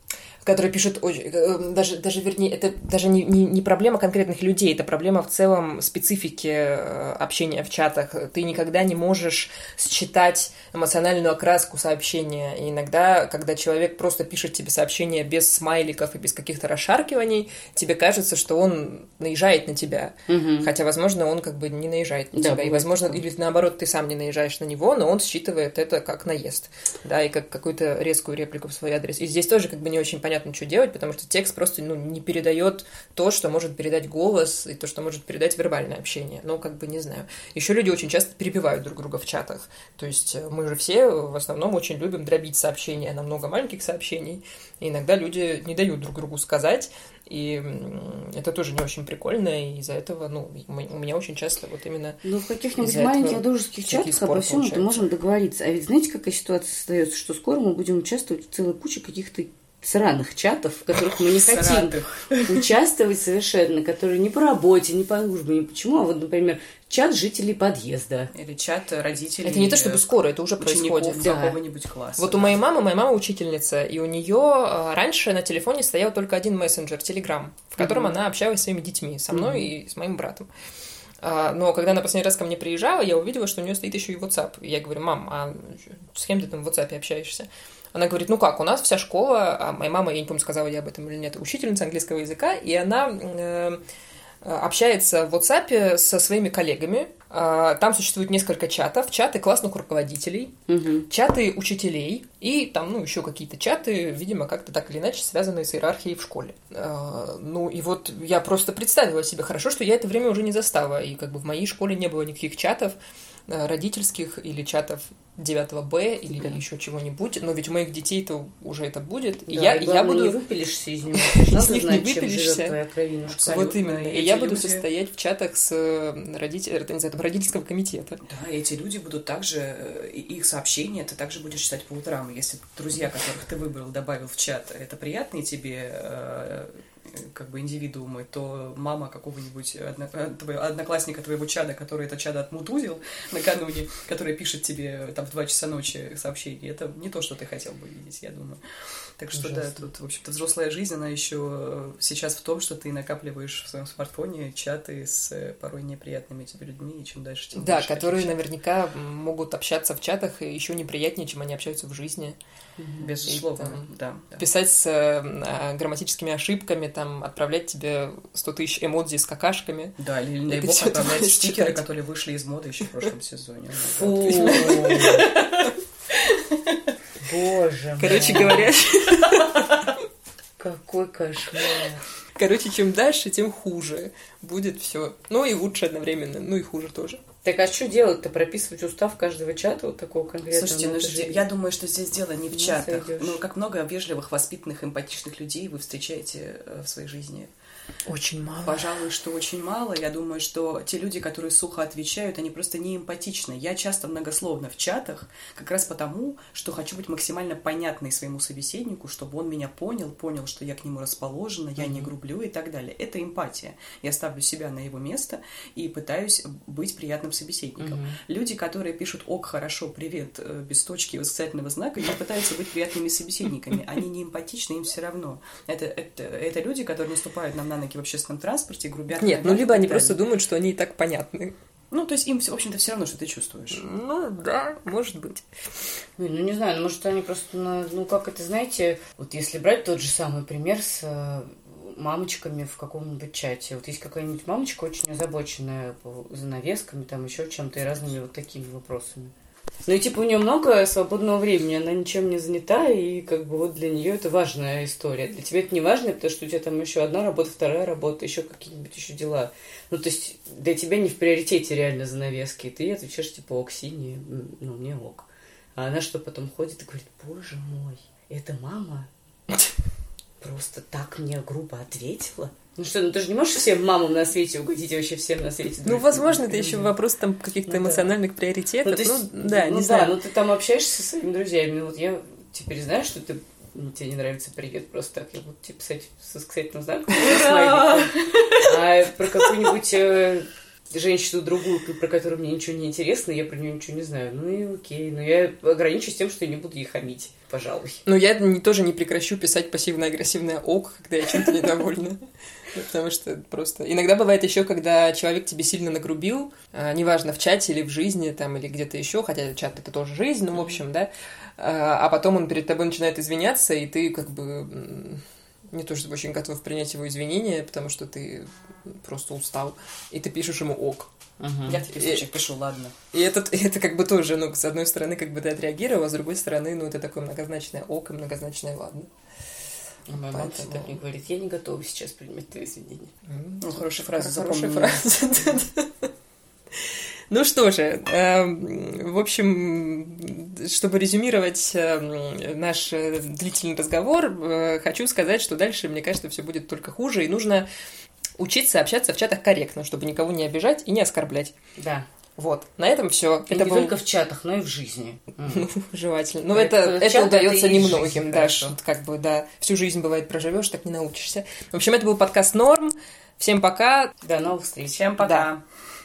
даже вернее, это даже не проблема конкретных людей, это проблема в целом специфики общения в чатах. Ты никогда не можешь считать эмоциональную окраску сообщения. И иногда, когда человек просто пишет тебе сообщение без смайликов и без каких-то расшаркиваний, тебе кажется, что он наезжает на тебя. Хотя, возможно, он как бы не наезжает на тебя. И, возможно, или наоборот, ты сам не наезжаешь на него, но он считывает это как наезд. Да, и как какую-то резкую реплику в свой адрес. И здесь тоже как бы не очень понятно, что делать, потому что текст просто не передает то, что может передать голос, и то, что может передать вербальное общение. Ну, как бы, не знаю. Еще люди очень часто перебивают друг друга в чатах. То есть мы же все в основном очень любим дробить сообщения на много маленьких сообщений. И иногда люди не дают друг другу сказать, и это тоже не очень прикольно, и из-за этого, у меня очень часто вот именно... Ну, в каких-нибудь маленьких дружеских чатах обо всем это можем договориться. А ведь знаете, какая ситуация создается, что скоро мы будем участвовать в целой куче каких-то сраных чатов, в которых мы не хотим участвовать совершенно, которые не по работе, не по службе, ни почему, а вот, например, чат жителей подъезда. Или чат родителей. Это не то чтобы скоро, это уже происходит. Какого-нибудь класса. Вот у моей мамы учительница, и у нее раньше на телефоне стоял только один мессенджер, Telegram, в котором она общалась с своими детьми, со мной и с моим братом. Но когда она последний раз ко мне приезжала, я увидела, что у нее стоит еще и WhatsApp. И я говорю: мам, а с кем ты там в WhatsApp общаешься? Она говорит: ну как, у нас вся школа, а моя мама, я не помню, сказала я об этом или нет, учительница английского языка, и она общается в WhatsApp со своими коллегами. Там существует несколько чатов. Чаты классных руководителей, чаты учителей и там, еще какие-то чаты, видимо, как-то так или иначе связанные с иерархией в школе. И вот я просто представила себе, хорошо, что я это время уже не застала, и как бы в моей школе не было никаких чатов родительских или чатов 9 Б или еще чего-нибудь, но ведь у моих детей-то уже это будет, да, и я буду... не выпилишься из него, из них не выпилишься. Вот именно. И я буду состоять в чатах с родительского комитета. Да, эти люди будут также, их сообщения ты также будешь читать по утрам. Если друзья, которых ты выбрал, добавил в чат, это приятные тебе как бы индивидуумы, то мама какого-нибудь одноклассника твоего чада, который это чадо отмутузил накануне, который пишет тебе там в 2 часа ночи сообщение, это не то, что ты хотел бы видеть, я думаю. Так что ужасно. Да, тут, в общем-то, взрослая жизнь, она еще сейчас в том, что ты накапливаешь в своем смартфоне чаты с порой неприятными тебе людьми, и чем дальше, тем больше. Да, которые наверняка могут общаться в чатах еще неприятнее, чем они общаются в жизни. Безусловно, да. Писать с грамматическими ошибками, там, отправлять тебе 100 000 эмодзи с какашками. Да, или, не дай бог, отправлять стикеры, которые вышли из моды еще в прошлом сезоне. Боже мой. Короче говоря... Какой кошмар. Короче, чем дальше, тем хуже будет все. И лучше одновременно, и хуже тоже. Так а что делать-то? Прописывать устав каждого чата вот такого конкретного? Слушайте, я думаю, что здесь дело не в чатах. Как много вежливых, воспитанных, эмпатичных людей вы встречаете в своей жизни. Очень мало. Пожалуй, что очень мало. Я думаю, что те люди, которые сухо отвечают, они просто не эмпатичны. Я часто многословна в чатах, как раз потому, что хочу быть максимально понятной своему собеседнику, чтобы он меня понял, что я к нему расположена, я не грублю и так далее. Это эмпатия. Я ставлю себя на его место и пытаюсь быть приятным собеседником. Люди, которые пишут «ок, хорошо, привет», без точки и восклицательного знака, не пытаются быть приятными собеседниками. Они не эмпатичны, им все равно. Это люди, которые наступают нам на ноги в общественном транспорте, грубят. Нет, ну либо они просто думают, что они и так понятны. Ну, то есть им, в общем-то, все равно, что ты чувствуешь. Ну, да, может быть. Ну, не знаю, может, они просто, как это, знаете, вот если брать тот же самый пример с мамочками в каком-нибудь чате. Вот есть какая-нибудь мамочка очень озабоченная занавесками, там еще чем-то и разными вот такими вопросами. Ну и типа у нее много свободного времени, она ничем не занята, и как бы вот для нее это важная история. Для тебя это не важно, потому что у тебя там еще одна работа, вторая работа, еще какие-нибудь еще дела. Ну то есть для тебя не в приоритете реально занавески, и ты отвечаешь типа ок, синий, ну мне ок. А она что потом ходит и говорит: боже мой, эта мама просто так мне грубо ответила. Ну что, ты же не можешь всем мамам на свете угодить, вообще всем на свете. Ну, возможно, это еще вопрос там каких-то эмоциональных приоритетов. Не знаю. Ну, ты там общаешься со своими друзьями. Вот я теперь знаю, что тебе не нравится привет просто так. Я буду тебе писать со восклицательным знаком. А про какую-нибудь женщину другую, про которую мне ничего не интересно, я про нее ничего не знаю. Ну и окей. Но я ограничусь тем, что я не буду ей хамить, пожалуй. Ну, я тоже не прекращу писать пассивно-агрессивное ок, когда я чем-то недовольна. Потому что просто... Иногда бывает еще, когда человек тебе сильно нагрубил, неважно, в чате или в жизни, там, или где-то еще, хотя чат — это тоже жизнь, ну, в общем, да, а потом он перед тобой начинает извиняться, и ты как бы не то чтобы очень готов принять его извинения, потому что ты просто устал, и ты пишешь ему ок. Я в таких случаях пишу «ладно». И это как бы тоже, ну, с одной стороны, как бы ты отреагировал, а с другой стороны, ну, это такое многозначное ок и многозначное ладно. Моя мама всегда мне говорит: я не готова сейчас принимать твои извинения. Ну, хорошая фраза, хорошая фраза. Ну что же, в общем, чтобы резюмировать наш длительный разговор, хочу сказать, что дальше, мне кажется, все будет только хуже, и нужно учиться общаться в чатах корректно, чтобы никого не обижать и не оскорблять. Да. Вот, на этом все. Это не только в чатах, но и в жизни. Желательно. Но это удается немногим, да, как бы, да, всю жизнь, бывает, проживешь, так не научишься. В общем, это был подкаст «Норм». Всем пока. До новых встреч. Всем пока. Да.